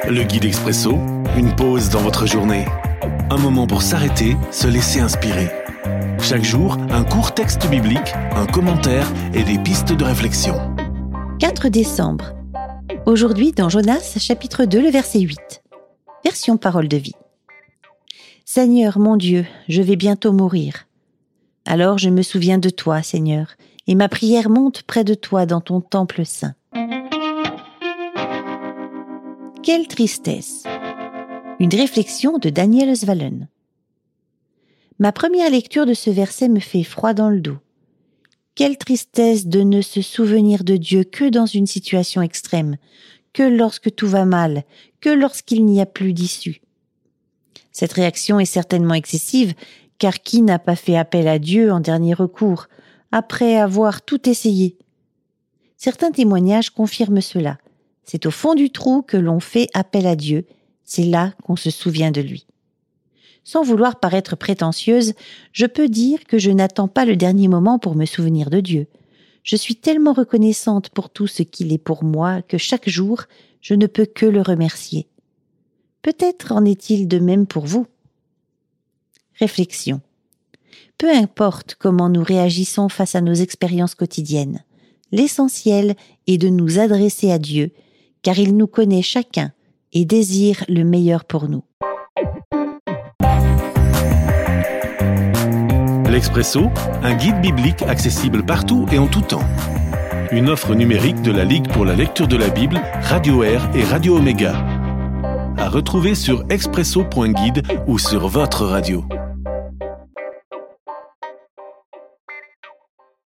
Le guide expresso, une pause dans votre journée. Un moment pour s'arrêter, se laisser inspirer. Chaque jour, un court texte biblique, un commentaire et des pistes de réflexion. 4 décembre. Aujourd'hui dans Jonas, chapitre 2, le verset 8. Version parole de vie. Seigneur mon Dieu, je vais bientôt mourir. Alors je me souviens de toi, Seigneur, et ma prière monte près de toi dans ton temple saint. Quelle tristesse! Une réflexion de Daniel Svalen. Ma première lecture de ce verset me fait froid dans le dos. Quelle tristesse de ne se souvenir de Dieu que dans une situation extrême, que lorsque tout va mal, que lorsqu'il n'y a plus d'issue. Cette réaction est certainement excessive, car qui n'a pas fait appel à Dieu en dernier recours, après avoir tout essayé? Certains témoignages confirment cela. C'est au fond du trou que l'on fait appel à Dieu, c'est là qu'on se souvient de lui. Sans vouloir paraître prétentieuse, je peux dire que je n'attends pas le dernier moment pour me souvenir de Dieu. Je suis tellement reconnaissante pour tout ce qu'il est pour moi que chaque jour, je ne peux que le remercier. Peut-être en est-il de même pour vous. Réflexion. Peu importe comment nous réagissons face à nos expériences quotidiennes, l'essentiel est de nous adresser à Dieu, car il nous connaît chacun et désire le meilleur pour nous. L'Expresso, un guide biblique accessible partout et en tout temps. Une offre numérique de la Ligue pour la lecture de la Bible, Radio Air et Radio Omega. À retrouver sur expresso.guide ou sur votre radio.